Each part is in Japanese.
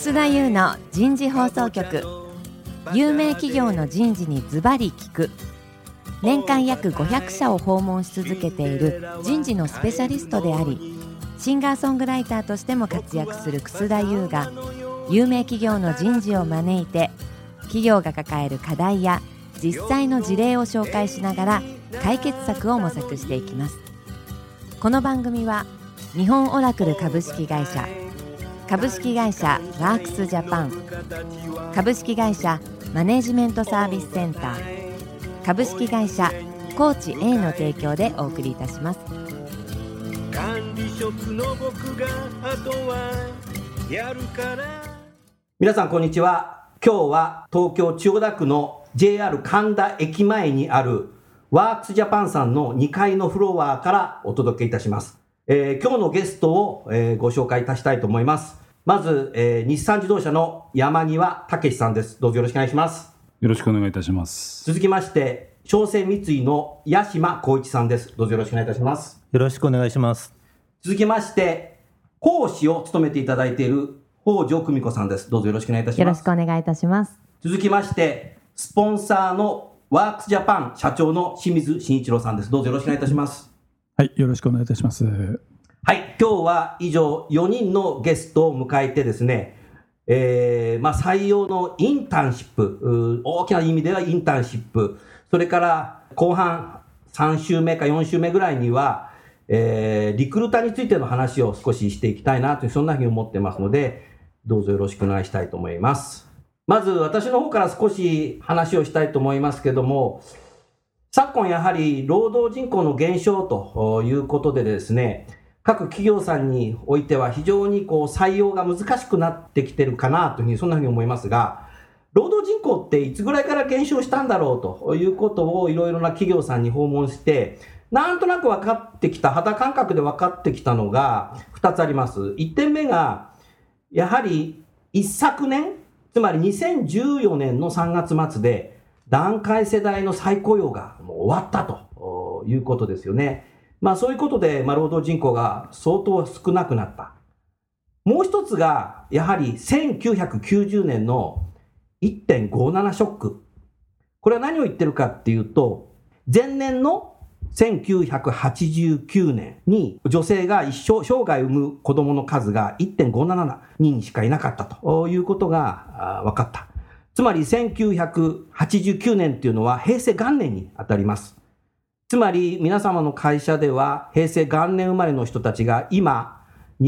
楠田優の人事放送局。有名企業の人事にズバリ聞く。年間約500社を訪問し続けている人事のスペシャリストであり、シンガーソングライターとしても活躍する楠田優が、有名企業の人事を招いて企業が抱える課題や実際の事例を紹介しながら解決策を模索していきます。この番組は日本オラクル株式会社、株式会社ワークスジャパン、株式会社マネジメントサービスセンター、株式会社コーチ A の提供でお送りいたします。 管理職の僕があとはやるから。 皆さんこんにちは。今日は東京千代田区の JR 神田駅前にあるワークスジャパンさんの2階のフロアからお届けいたします。今日のゲストを、ご紹介いたしたいと思います。まず、日産自動車の山際武さんです。どうぞよろしくお願いします。 よろしくお願いいたします。 続きまして商船三井の八島光一さんです。どうぞよろしくお願いいたします。 よろしくお願いします。 続きまして講師を務めていただいている北条久美子さんです。どうぞよろしくお願いいたします。 よろしくお願いいたします。 続きましてスポンサーのワークスジャパン社長の清水慎一郎さんです。どうぞよろしくお願いいたします。 はい、よろしくお願いいたします。 はい、今日は以上4人のゲストを迎えてですね、採用のインターンシップ、大きな意味ではインターンシップ、それから後半3週目か4週目ぐらいには、リクルーターについての話を少ししていきたいなという、そんなふうに思ってますので、どうぞよろしくお願いしたいと思います。まず私の方から少し話をしたいと思いますけども、昨今やはり労働人口の減少ということでですね、各企業さんにおいては非常に採用が難しくなってきてるかなというふうに、そんなふうに思いますが、労働人口っていつぐらいから減少したんだろうということをいろいろな企業さんに訪問して、なんとなく分かってきた、肌感覚で分かってきたのが2つあります。1点目が、やはり一昨年、つまり2014年の3月末で、団塊世代の再雇用がもう終わったということですよね。そういうことで、労働人口が相当少なくなった。もう一つが、やはり1990年の 1.57 ショック。これは何を言ってるかっていうと、前年の1989年に女性が生涯産む子供の数が 1.57 人しかいなかったということが分かった。つまり1989年っていうのは平成元年に当たります。つまり皆様の会社では平成元年生まれの人たちが今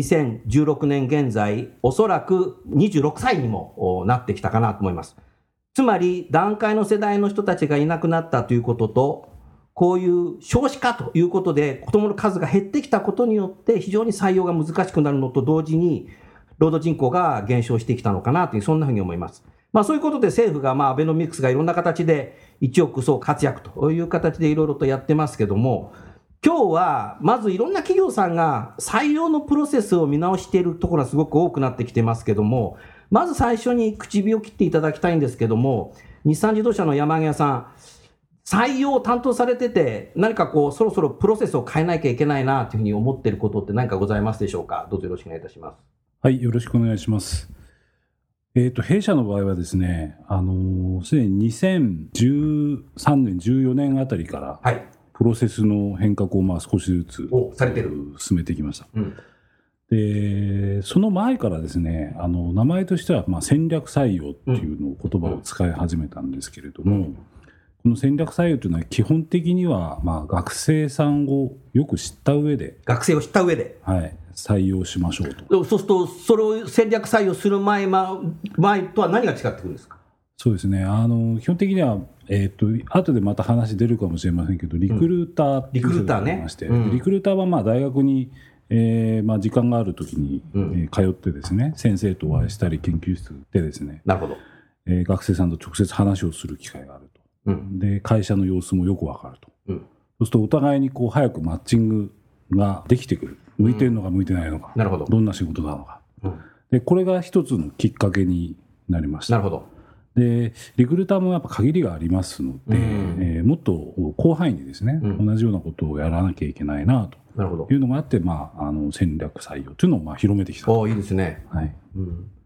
2016年現在おそらく26歳にもなってきたかなと思います。つまり団塊の世代の人たちがいなくなったということと、こういう少子化ということで子どもの数が減ってきたことによって非常に採用が難しくなるのと同時に労働人口が減少してきたのかなという、そんなふうに思います。そういうことで政府がアベノミクスがいろんな形で一億総活躍という形でいろいろとやってますけども、今日はまずいろんな企業さんが採用のプロセスを見直しているところがすごく多くなってきてますけども、まず最初に口火を切っていただきたいんですけども、日産自動車の山際さん、採用を担当されてて、何かそろそろプロセスを変えなきゃいけないなというふうに思っていることって何かございますでしょうか。どうぞよろしくお願いいたします。 はい、よろしくお願いします。弊社の場合はですね、すでに2013年、14年あたりから、はい、プロセスの変革を少しずつ進めてきました。で、その前からですね、名前としては戦略採用っていうのを言葉を使い始めたんですけれども、この戦略採用というのは基本的には学生さんをよく知った上で、 学生を知った上で、 はい、採用しましょうと。 そうするとそれを戦略採用する前とは何が違ってくるんですか。 そうですね、基本的には、後でまた話出るかもしれませんけど、リクルーターっていうのがありまして、リクルーターは大学に、時間があるときに、通ってですね、先生とお会いしたり研究室でですね、 なるほど、 学生さんと直接話をする機会があると、で会社の様子もよくわかると、そうするとお互いに早くマッチングができてくる。向いてるのか向いてないのか、 なるほど、 どんな仕事なのか、でこれが一つのきっかけになりました。 なるほど。 でリクルーターもやっぱ限りがありますので、もっと広範囲にですね、同じようなことをやらなきゃいけないなというのがあって、戦略採用というのを広めてきたと。 いいですね。 はい。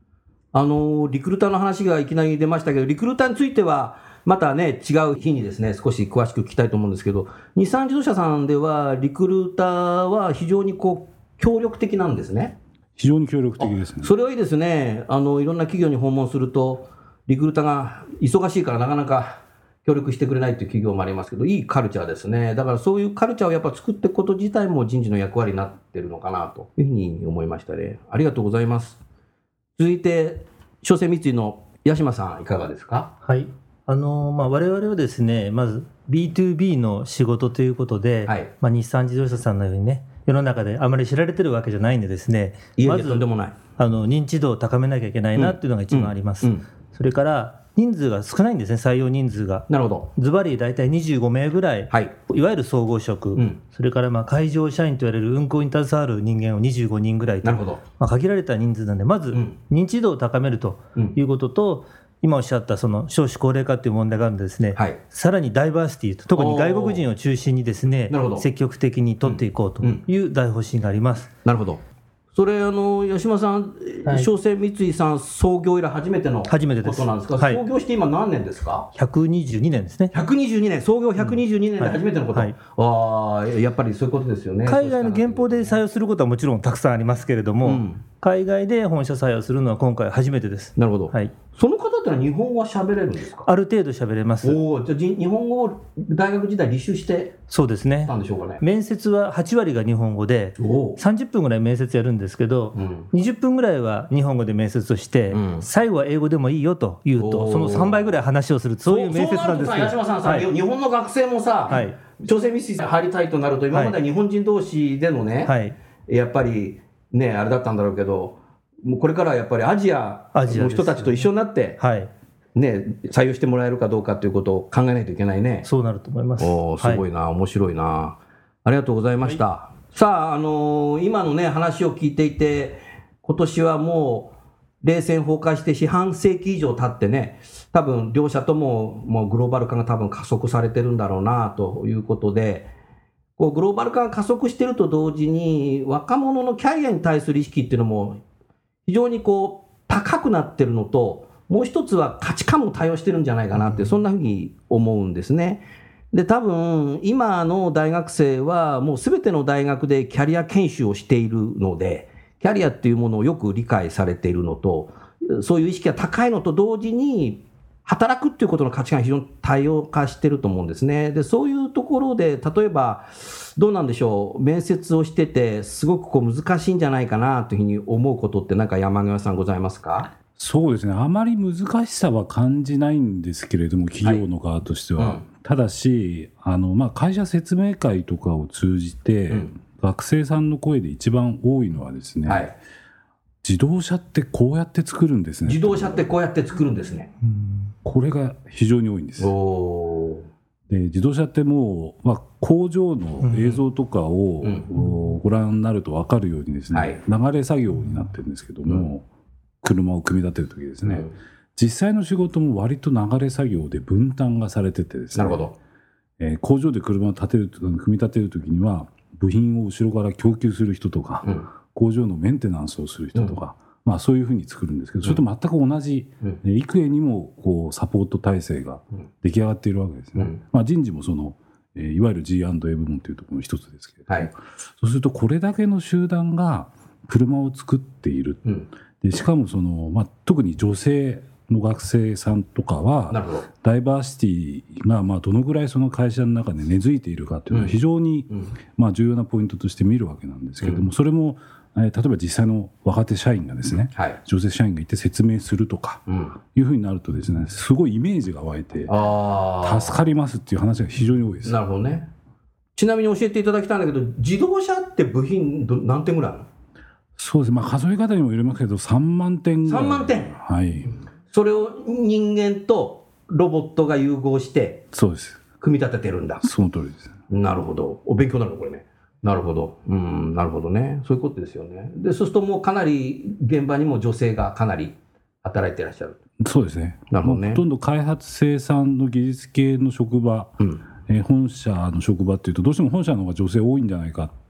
リクルーターの話がいきなり出ましたけど、リクルーターについてはまたね、違う日にですね、少し詳しく聞きたいと思うんですけど、日産自動車さんではリクルーターは非常に協力的なんですね。 非常に協力的ですね。 それはいいですね。いろんな企業に訪問すると、リクルーターが忙しいからなかなか協力してくれないという企業もありますけど、いいカルチャーですね。だからそういうカルチャーをやっぱ作っていくこと自体も人事の役割になってるのかなというふうに思いましたね。ありがとうございます。続いて商船三井の八島さんいかがですか。 はい、我々はですね、まず B2B の仕事ということで、はい、日産自動車さんのようにね、世の中であまり知られてるわけじゃないんでですね、まず認知度を高めなきゃいけないなっていうのが一番あります。それから人数が少ないんですね、採用人数が。 なるほど。 ズバリ大体25名ぐらい、はい、いわゆる総合職、それから海上社員と言われる運航に携わる人間を25人ぐらいと、 なるほど。 限られた人数なんで、まず認知度を高めるということと、今おっしゃったその少子高齢化という問題があるのでですね、はい、さらにダイバーシティ、特に外国人を中心にですね、積極的に取っていこうという大方針があります。 なるほど。それ八島さん、商船三井さん創業以来初めてのことなんですか。はい、創業して今何年ですか。 122年ですね。 122年、創業122年で初めてのこと、やっぱりそういうことですよね。 海外の原稿で採用することはもちろんたくさんありますけれども、海外で本社採用するのは今回初めてです。 なるほど。はい、その方ってのは日本語は喋れるんですか。 ある程度喋れます。 じゃあ日本語を大学時代履修してそうですね。 たんでしょうかね。 面接は8割が日本語で、30分ぐらい面接やるんですけど、20分ぐらいは日本語で面接をして、最後は英語でもいいよと言うと、その3倍ぐらい話をする、そういう面接なんですけど。 八島さんさ、日本の学生もさ、商船三井さん入りたいとなると、今までは日本人同士でのね、やっぱりね、あれだったんだろうけど、もうこれからはやっぱりアジアの人たちと一緒になって、採用してもらえるかどうかということを考えないといけないね。 そうなると思います。 すごいな、面白いな。ありがとうございました。さあ、今のね、話を聞いていて、今年はもう冷戦崩壊して四半世紀以上経ってね、多分両者とももうグローバル化が多分加速されてるんだろうなということで、グローバル化が加速していると同時に、若者のキャリアに対する意識っていうのも非常に高くなってるのと、もう一つは価値観も対応してるんじゃないかなって、そんなふうに思うんですね。で、多分今の大学生はもうすべての大学でキャリア研修をしているので、キャリアっていうものをよく理解されているのと、そういう意識が高いのと同時に、働くっていうことの価値観が非常に多様化してると思うんですね。で、そういうところで、例えばどうなんでしょう、面接をしててすごく難しいんじゃないかなというふうに思うことってなんか山際さんございますか。 そうですね、あまり難しさは感じないんですけれども、企業の側としては、ただし会社説明会とかを通じて、学生さんの声で一番多いのはですね、自動車ってこうやって作るんですね。 自動車ってこうやって作るんですね。 これが非常に多いんです。で、自動車ってもう、工場の映像とかをご覧になると分かるようにですね、流れ作業になってるんですけども、車を組み立てるときですね、実際の仕事も割と流れ作業で分担がされててですね、 なるほど。 工場で車を組み立てるときには部品を後ろから供給する人とか、工場のメンテナンスをする人とか、そういうふうに作るんですけど、それと全く同じ、幾重にもサポート体制が出来上がっているわけですね。人事もいわゆる G&A 部門というところの一つですけれども、そうするとこれだけの集団が車を作っている、でしかも特に女性の学生さんとかはダイバーシティがどのぐらいその会社の中で根付いているかというのは非常に重要なポイントとして見るわけなんですけれども、それも例えば実際の若手社員がですね、女性社員がいて説明するとかいうふうになるとですね、すごいイメージが湧いて助かりますっていう話が非常に多いです。 なるほどね。ちなみに教えていただきたいんだけど、自動車って部品何点ぐらいあるの？ そうですね、数え方にもよりますけど3万点ぐらい。 3万点。 はい。 それを人間とロボットが融合してそうです。 組み立ててるんだ。 その通りです。 なるほど。お勉強になるのこれね。なるほど。なるほどね。そういうことですよね。で、そうするともうかなり現場にも女性がかなり働いていらっしゃる。 そうですね。 なるほどね。 ほとんど開発生産の技術系の職場、本社の職場っていうとどうしても本社の方が女性多いんじゃないかっ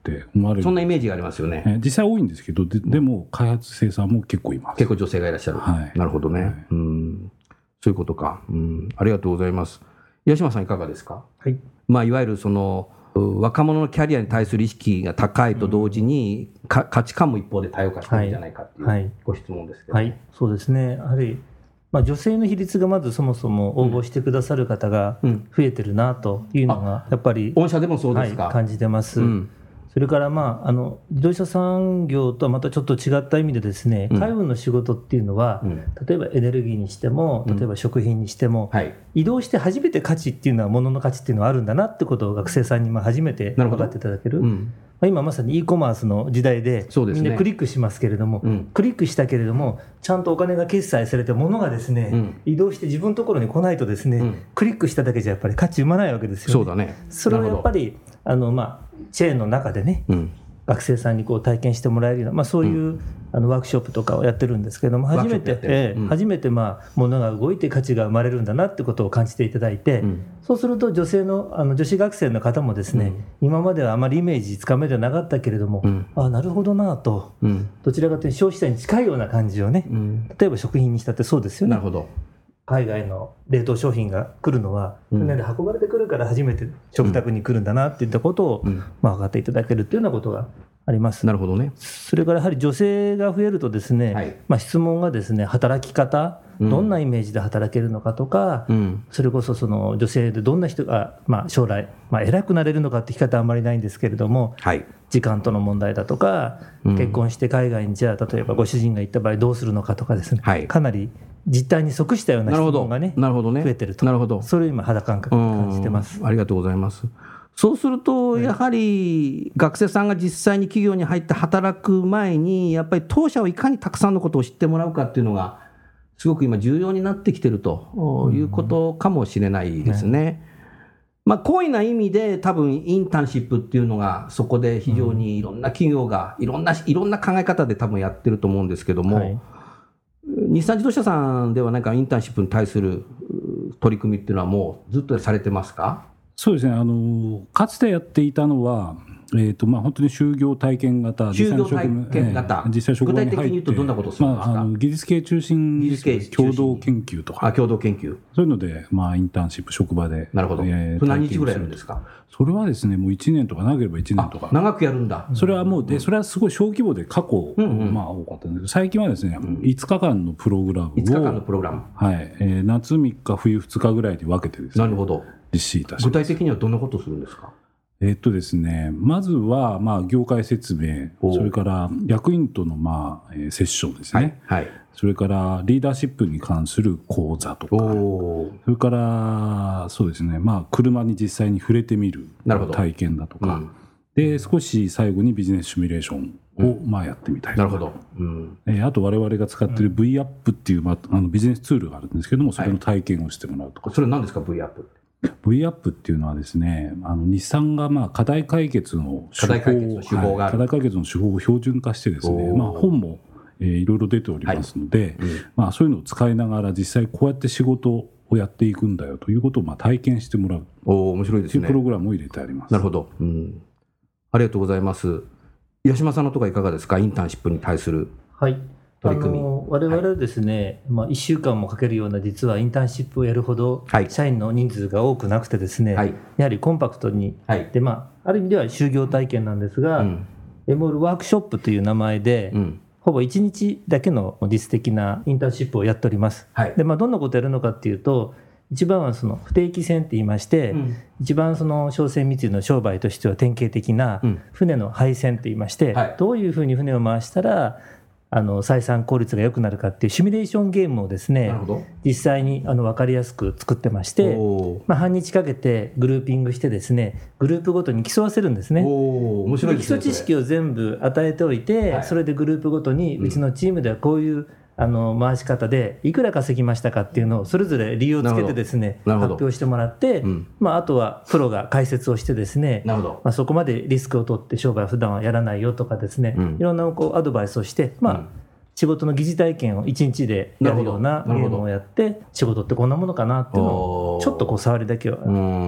って思われる。 そんなイメージがありますよね。 実際多いんですけど、でも開発生産も結構います。 結構女性がいらっしゃる。 はい、 なるほどね、はい、そういうことか、ありがとうございます。八島さんいかがですか？ はい、 いわゆるその若者のキャリアに対する意識が高いと同時に、価値観も一方で多様化しているんじゃないかっていうご質問ですけど、 はいはい、そうですね。やはり女性の比率がまずそもそも応募してくださる方が増えてるなというのがやっぱり、 御社でもそうですか？ はい、感じてます。それから自動車産業とはまたちょっと違った意味でですね、海運の仕事っていうのは、例えばエネルギーにしても、例えば食品にしても、移動して初めて価値っていうのは、物の価値っていうのはあるんだなってことを学生さんに初めて分かっていただける。今まさに e コマースの時代で、みんなクリックしますけれども、クリックしたけれどもちゃんとお金が決済されて物がですね、移動して自分のところに来ないとですね、クリックしただけじゃやっぱり価値生まないわけですよね。 そうだね。 それをやっぱりチェーンの中でね、学生さんに体験してもらえるような、そういうワークショップとかをやってるんですけども、初めて物が動いて価値が生まれるんだなってことを感じていただいて、そうすると女子学生の方もですね、今まではあまりイメージつかめてなかったけれども、なるほどなと、どちらかというと消費者に近いような感じをね、例えば食品にしたってそうですよね。 なるほど。 海外の冷凍商品が来るのは船で運ばれてくるから初めて食卓に来るんだなっていったことを分かっていただけるというようなことがあります。 なるほどね。 それからやはり女性が増えるとですね、質問がですね、働き方、どんなイメージで働けるのかとか、それこそその女性でどんな人が将来偉くなれるのかって聞き方はあんまりないんですけれども、時間との問題だとか、結婚して海外にじゃあ例えばご主人が行った場合どうするのかとかですね、かなり実態に即したような質問がね、増えてると。 なるほど。 それを今肌感覚で感じてます。 ありがとうございます。そうするとやはり学生さんが実際に企業に入って働く前にやっぱり当社をいかにたくさんのことを知ってもらうかっていうのがすごく今重要になってきてるということかもしれないですね。高いな意味で多分インターンシップっていうのがそこで非常にいろんな企業がいろんな考え方で多分やってると思うんですけども、日産自動車さんではインターンシップに対する取り組みっていうのはもうずっとされてますか？ そうですね、かつてやっていたのは、本当に就業体験型、 実際職場に入って、具体的に言うとどんなことをするんですか？ 技術系中心、共同研究とか、 共同研究、 そういうので、インターンシップ、職場で。 なるほど。それ何日ぐらいやるんですか？ それはですね、もう1年とか、長ければ1年とか。 長くやるんだ。 それはもう、それはすごい小規模で過去、多かったんですけど、最近はですね、5日間のプログラムを、 5日間のプログラム。 夏3日、冬2日ぐらいに分けてですね。 なるほど。 実施いたします。 具体的にはどんなことをするんですか？ ですね、まずは業界説明、それから役員とのセッションですね、それからリーダーシップに関する講座とか、それからそうですね、車に実際に触れてみる体験だとか、で少し最後にビジネスシミュレーションをやってみたいとか。なるほど。あと我々が使っている V アップっていうビジネスツールがあるんですけども、それの体験をしてもらうとか。 それは何ですか V アップって？ V アップっていうのはですね、日産が課題解決の手法がある。課題解決の手法を標準化してですね、本もいろいろ出ておりますので、そういうのを使いながら実際こうやって仕事をやっていくんだよということを体験してもらう。 面白いですね。 というプログラムを入れてあります。 なるほど。ありがとうございます。八島さんのところいかがですか？インターンシップに対する取り組み。 我々はですね、1週間もかけるような実はインターンシップをやるほど社員の人数が多くなくてですね、やはりコンパクトに、である意味では就業体験なんですが、エモールワークショップという名前で、ほぼ1日だけの実質的なインターンシップをやっております。でどんなことをやるのかっていうと、一番はその不定期船って言いまして、一番その商船密輸の商売としては典型的な船の配船って言いまして、どういうふうに船を回したら採算効率が良くなるかっていうシミュレーションゲームをですね、実際に分かりやすく作ってまして、半日かけてグルーピングしてですね、グループごとに競わせるんですね。 面白いですね。 基礎知識を全部与えておいて、それでグループごとにうちのチームではこういう回し方でいくら稼ぎましたかっていうのをそれぞれ理由をつけてですね、発表してもらって、あとはプロが解説をしてですね、そこまでリスクを取って商売は普段はやらないよとかですね、いろんなアドバイスをして、仕事の疑似体験を1日でやるようなゲームをやって、仕事ってこんなものかなっていうのをちょっと触りだけは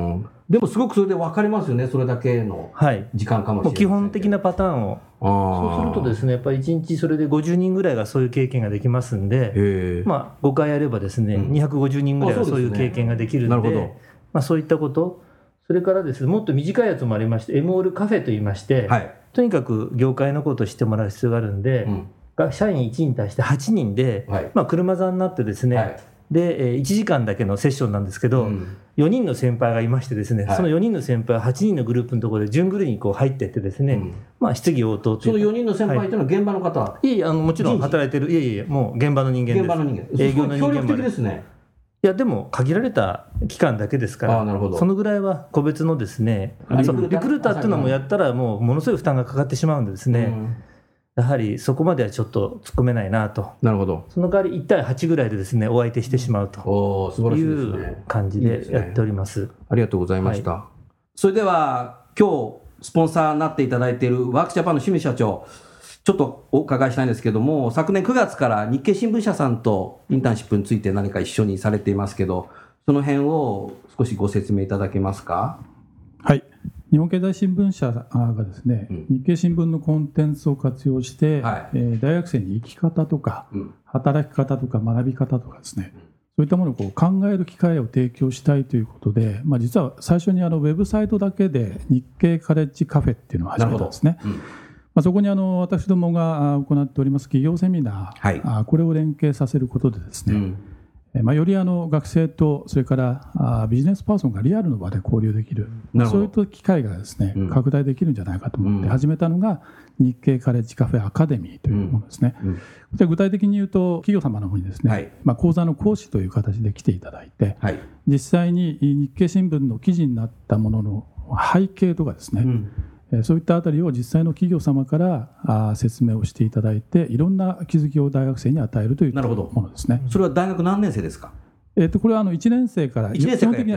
でもすごくそれで分かりますよね、それだけの時間かもしれない、 基本的なパターンを。そうするとですね、やっぱり1日それで50人ぐらいがそういう経験ができますんで、まあ、5回やればですね、250人ぐらいがそういう経験ができるので、まあ、そういったこと、それからですね、もっと短いやつもありまして、エモールカフェといいまして、とにかく業界のことを知ってもらう必要があるんで、社員1人に対して8人で、まあ、車座になってですね、で1時間だけのセッションなんですけど、4人の先輩がいましてですね、その4人の先輩は8人のグループのところで順繰りにこう入っていってですね、まあ、質疑応答という。 その4人の先輩というのは現場の方？ いやもちろん働いてる、いやもう現場の人間です。 現場の人間、 営業の人間。 協力的ですね。 いやでも限られた期間だけですから、そのぐらいは個別のですね、リクルーターっていうのもやったらもうものすごい負担がかかってしまうんでですね、やはりそこまではちょっと突っ込めないなと。 なるほど。 その代わり1対8ぐらいでですね、お相手してしまうという感じでやっております。 ありがとうございました。それでは今日スポンサーになっていただいているワークスジャパンの清水社長、ちょっとお伺いしたいんですけども、昨年9月から日経新聞社さんとインターンシップについて何か一緒にされていますけど、その辺を少しご説明いただけますか。 はい、日本経済新聞社がですね、日経新聞のコンテンツを活用して、大学生に生き方とか、働き方とか学び方とかですね、そういったものをこう考える機会を提供したいということで、実は最初にウェブサイトだけで日経カレッジカフェっていうのを始めたんですね。そこに私どもが行っております企業セミナー、これを連携させることでですね、より学生とそれからビジネスパーソンがリアルの場で交流できる、そういった機会がですね、拡大できるんじゃないかと思って始めたのが日経カレッジカフェアカデミーというものですね。で具体的に言うと企業様の方にですね、講座の講師という形で来ていただいて、実際に日経新聞の記事になったものの背景とかですね、そういったあたりを実際の企業様から説明をしていただいて、いろんな気づきを大学生に与えるというものですね。 それは大学何年生ですか？ これは1年生から、基本的には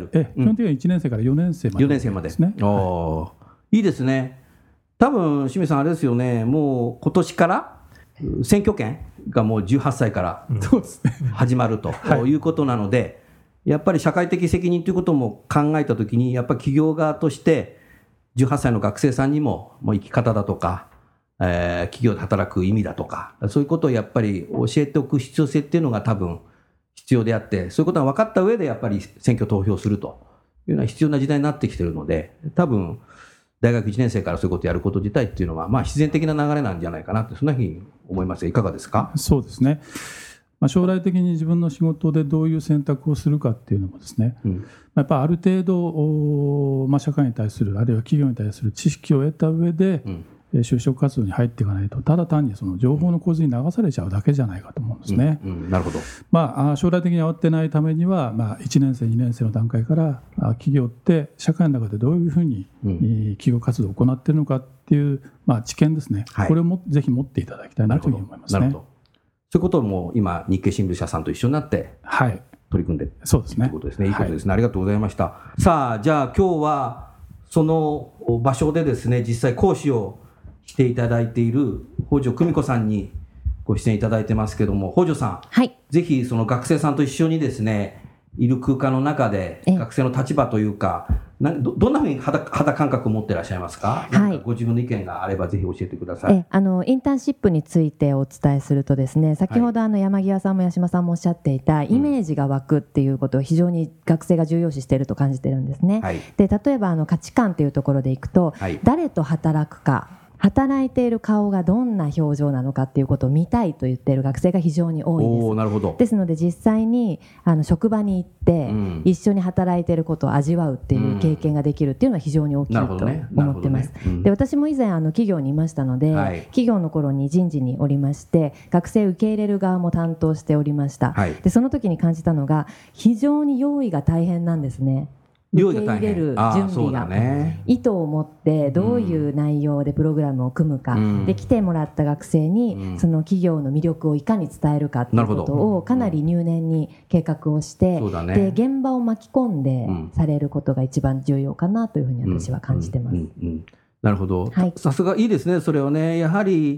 1年生から4年生までですね。 いいですね。多分清水さんあれですよね、もう今年から選挙権がもう18歳から始まるということなので、やっぱり社会的責任ということも考えたときに、やっぱり企業側として18歳の学生さんにも生き方だとか、企業で働く意味だとか、そういうことをやっぱり教えておく必要性っていうのが多分必要であって、そういうことが分かった上でやっぱり選挙投票するというのは必要な時代になってきているので、多分大学1年生からそういうことをやること自体っていうのは必然的な流れなんじゃないかなって、そんなふうに思いますがいかがですか？ そうですね。将来的に自分の仕事でどういう選択をするかっていうのもですね、やっぱりある程度、社会に対するあるいは企業に対する知識を得た上で、就職活動に入っていかないと、ただ単にその情報の洪水に流されちゃうだけじゃないかと思うんですね。 なるほど。 将来的に慌てないためには、1年生2年生の段階から企業って社会の中でどういうふうに企業活動を行っているのかっていう、知見ですね、これをぜひ持っていただきたいなというふうに思いますね。なるほど。 そういうことも今日経新聞社さんと一緒になって取り組んでいるということですね。いいことですね。ありがとうございました。さあ、じゃあ今日はその場所でですね、実際講師をしていただいている北条久美子さんにご出演いただいてますけども、北条さん、ぜひその学生さんと一緒にですね、いる空間の中で学生の立場というか、どんなふうに肌感覚を持っていらっしゃいますか？ご自分の意見があればぜひ教えてください。 インターンシップについてお伝えするとですね、先ほど山際さんも八島さんもおっしゃっていたイメージが湧くっていうことを非常に学生が重要視していると感じてるんですね。で例えば価値観っていうところでいくと、誰と働くか、働いている顔がどんな表情なのかっていうことを見たいと言っている学生が非常に多いです。 なるほど。 ですので実際に職場に行って、一緒に働いていることを味わうっていう経験ができるっていうのは非常に大きいと思ってます。で私も以前企業にいましたので、企業の頃に人事におりまして、学生受け入れる側も担当しておりました。でその時に感じたのが、非常に用意が大変なんですね。受け入れる準備が、意図を持ってどういう内容でプログラムを組むか、で来てもらった学生にその企業の魅力をいかに伝えるかっていうことをかなり入念に計画をして、で現場を巻き込んでされることが一番重要かなというふうに私は感じてます。 なるほど。さすがいいですね。それはね、やはり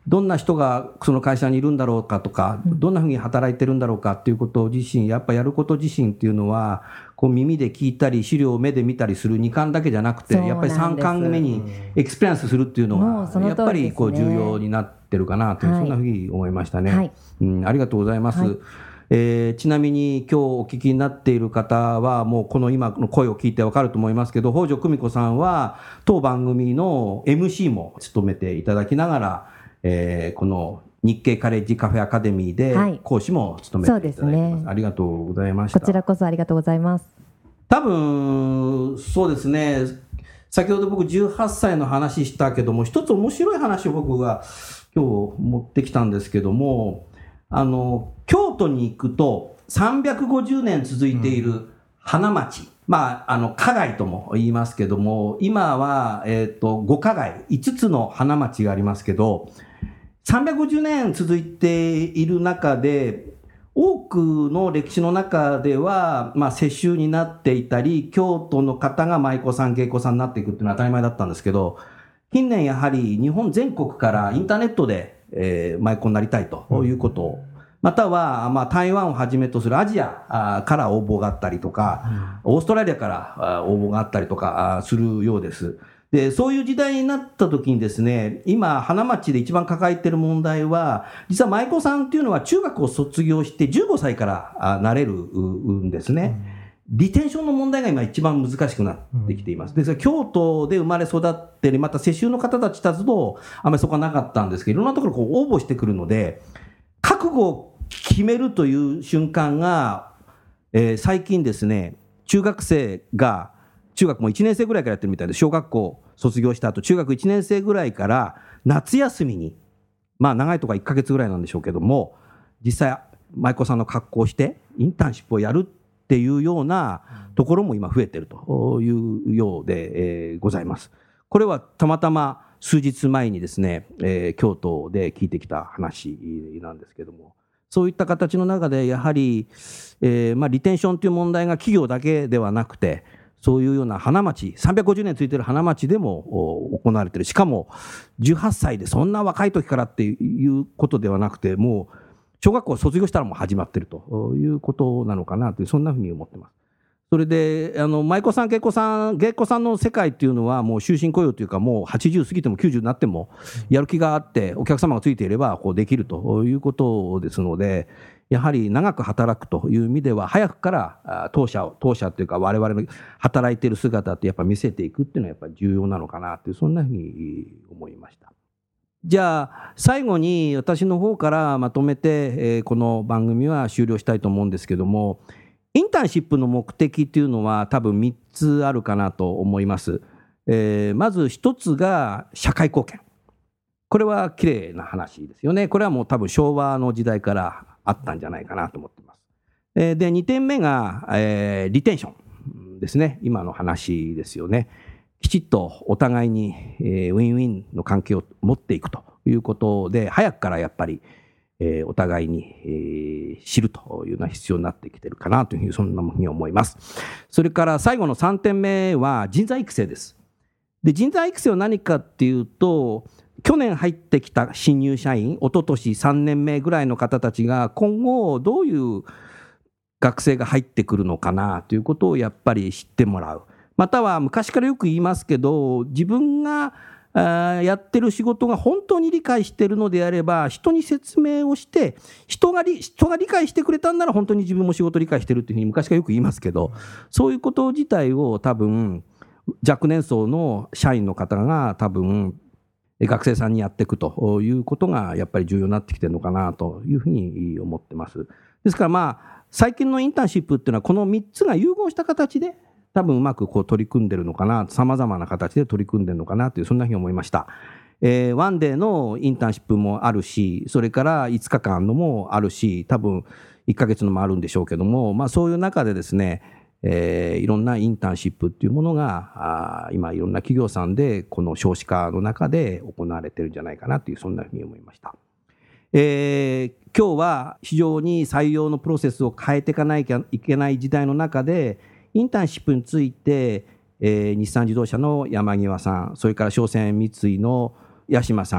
どんな人がその会社にいるんだろうかとか、どんなふうに働いてるんだろうかっていうことを自身やっぱやること自身っていうのはこう耳で聞いたり資料を目で見たりする2巻だけじゃなくて、やっぱり3巻目にエクスペリエンスするっていうのがやっぱりこう重要になってるかなという、そんなふうに思いましたね。はい、ありがとうございます。ちなみに今日お聞きになっている方はもうこの今の声を聞いて分かると思いますけど、北条久美子さんは当番組の MC も務めていただきながら、この日経カレッジカフェアカデミーで講師も務めていただいてます。ありがとうございました。 こちらこそありがとうございます。 多分そうですね、先ほど僕18歳の話したけども、一つ面白い話を僕が今日持ってきたんですけども、京都に行くと350年続いている花街、花街とも言いますけども、今は、5花街、5つの花街がありますけど、350年続いている中で、多くの歴史の中では、世襲になっていたり、京都の方が舞妓さん芸妓さんになっていくっていうのは当たり前だったんですけど、近年やはり日本全国からインターネットで、舞妓になりたいということを、または、台湾をはじめとするアジアから応募があったりとか、オーストラリアから応募があったりとかするようです。で、そういう時代になった時にですね、今花街で一番抱えている問題は、実は舞妓さんっていうのは中学を卒業して15歳からなれるんですね。リテンションの問題が今一番難しくなってきています。ですから京都で生まれ育ってるまた世襲の方たちだとあまりそこはなかったんですけど、いろんなところこう応募してくるので、覚悟を決めるという瞬間が、最近ですね、中学も1年生ぐらいからやってるみたいで、小学校卒業した後中学1年生ぐらいから夏休みに、長いとか1ヶ月ぐらいなんでしょうけども、実際舞妓さんの格好をしてインターンシップをやるっていうようなところも今増えてるというようで、ございます。これはたまたま数日前にですね、京都で聞いてきた話なんですけども、そういった形の中でやはり、リテンションという問題が企業だけではなくて、そういうような花街、350年続いている花街でも行われている。しかも18歳でそんな若い時からっていうことではなくて、もう小学校を卒業したらもう始まっているということなのかなという、そんなふうに思ってます。それで舞妓さん芸妓さんの世界っていうのはもう終身雇用というか、もう80過ぎても90になってもやる気があってお客様がついていればこうできるということですので、やはり長く働くという意味では早くから当社というか我々の働いている姿ってやっぱ見せていくっていうのはやっぱり重要なのかなという、そんなふうに思いました。じゃあ最後に私の方からまとめて、この番組は終了したいと思うんですけども、インターンシップの目的というのは多分3つあるかなと思います。まず1つが社会貢献。これは綺麗な話ですよね。これはもう多分昭和の時代からあったんじゃないかなと思っています。で2点目が、リテンションですね。今の話ですよね。きちっとお互いに、ウィンウィンの関係を持っていくということで、早くからやっぱりお互いに、知るというのは必要になってきているかなというふうに、そんなふうに思います。それから最後の3点目は人材育成です。で人材育成は何かっていうと、去年入ってきた新入社員、一昨年3年目ぐらいの方たちが今後どういう学生が入ってくるのかなということをやっぱり知ってもらう。または昔からよく言いますけど、自分がやってる仕事が本当に理解しているのであれば人に説明をして、人が理解してくれたんなら本当に自分も仕事理解してるっていうふうに昔からよく言いますけど、そういうこと自体を多分若年層の社員の方が多分学生さんにやっていくということがやっぱり重要になってきてるのかなというふうに思ってます。ですから最近のインターンシップっていうのはこの3つが融合した形で多分うまくこう取り組んでるのかな、さまざまな形で取り組んでるのかなという、そんなふうに思いました。ワンデーのインターンシップもあるし、それから5日間のもあるし、多分1ヶ月のもあるんでしょうけども、そういう中でですね、いろんなインターンシップっていうものが今いろんな企業さんでこの少子化の中で行われてるんじゃないかなという、そんなふうに思いました。今日は非常に採用のプロセスを変えていかなきゃいけない時代の中で、インターンシップについて、日産自動車の山際さん、それから商船三井の八島さん、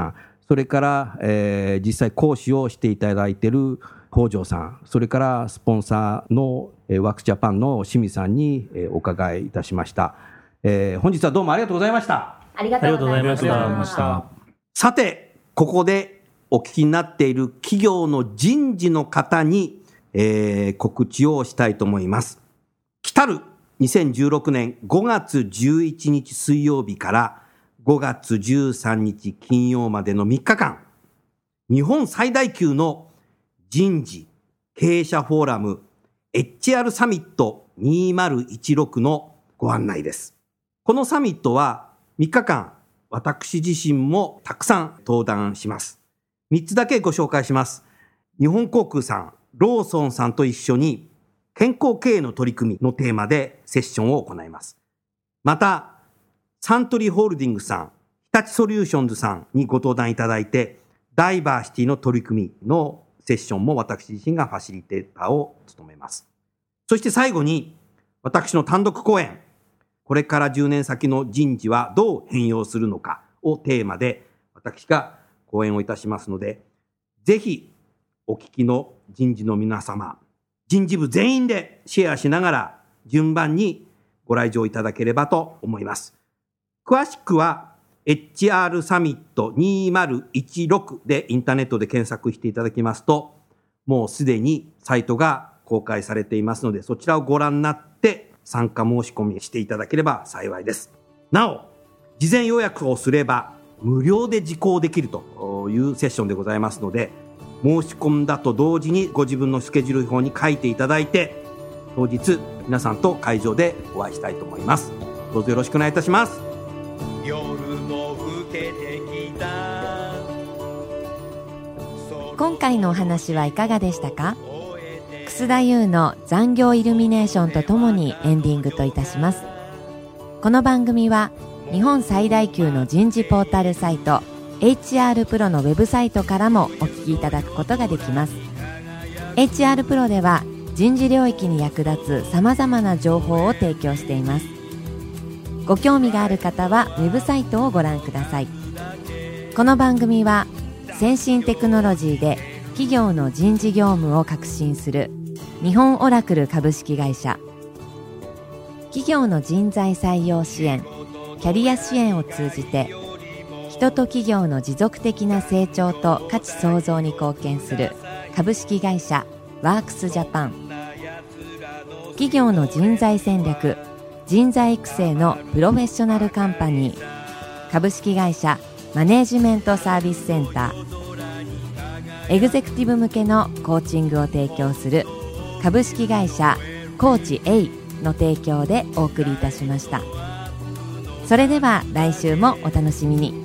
それから、実際講師をしていただいている北条さん、それからスポンサーのワークスジャパンの清水さんにお伺いいたしました。本日はどうもありがとうございました。 ありがとうございました。 さて、ここでお聞きになっている企業の人事の方に、告知をしたいと思います。来たる2016年5月11日水曜日から5月13日金曜までの3日間、日本最大級の人事経営者フォーラム HR サミット2016のご案内です。このサミットは3日間、私自身もたくさん登壇します。3つだけご紹介します。日本航空さん、ローソンさんと一緒に健康経営の取り組みのテーマでセッションを行います。また、サントリーホールディングスさん、日立ソリューションズさんにご登壇いただいて、ダイバーシティの取り組みのセッションも私自身がファシリテーターを務めます。そして最後に、私の単独講演、これから10年先の人事はどう変容するのかをテーマで、私が講演をいたしますので、ぜひお聞きの人事の皆様、人事部全員でシェアしながら順番にご来場いただければと思います。詳しくは HR サミット2016でインターネットで検索していただきますと、もうすでにサイトが公開されていますので、そちらをご覧になって参加申し込みしていただければ幸いです。なお、事前予約をすれば無料で受講できるというセッションでございますので、申し込んだと同時にご自分のスケジュール表に書いていただいて、当日皆さんと会場でお会いしたいと思います。どうぞよろしくお願いいたします。 夜も更けてきた。 今回のお話はいかがでしたか？楠田優の残業イルミネーションとともにエンディングといたします。この番組は日本最大級の人事ポータルサイト HR プロのウェブサイトからもお聞きいただくことができます。 HR プロでは人事領域に役立つさまざまな情報を提供しています。ご興味がある方はウェブサイトをご覧ください。この番組は先進テクノロジーで企業の人事業務を革新する日本オラクル株式会社、企業の人材採用支援、キャリア支援を通じて人と企業の持続的な成長と価値創造に貢献する株式会社ワークスジャパン、企業の人材戦略、人材育成のプロフェッショナルカンパニー株式会社マネージメントサービスセンター、エグゼクティブ向けのコーチングを提供する株式会社コーチ A の提供でお送りいたしました。それでは来週もお楽しみに。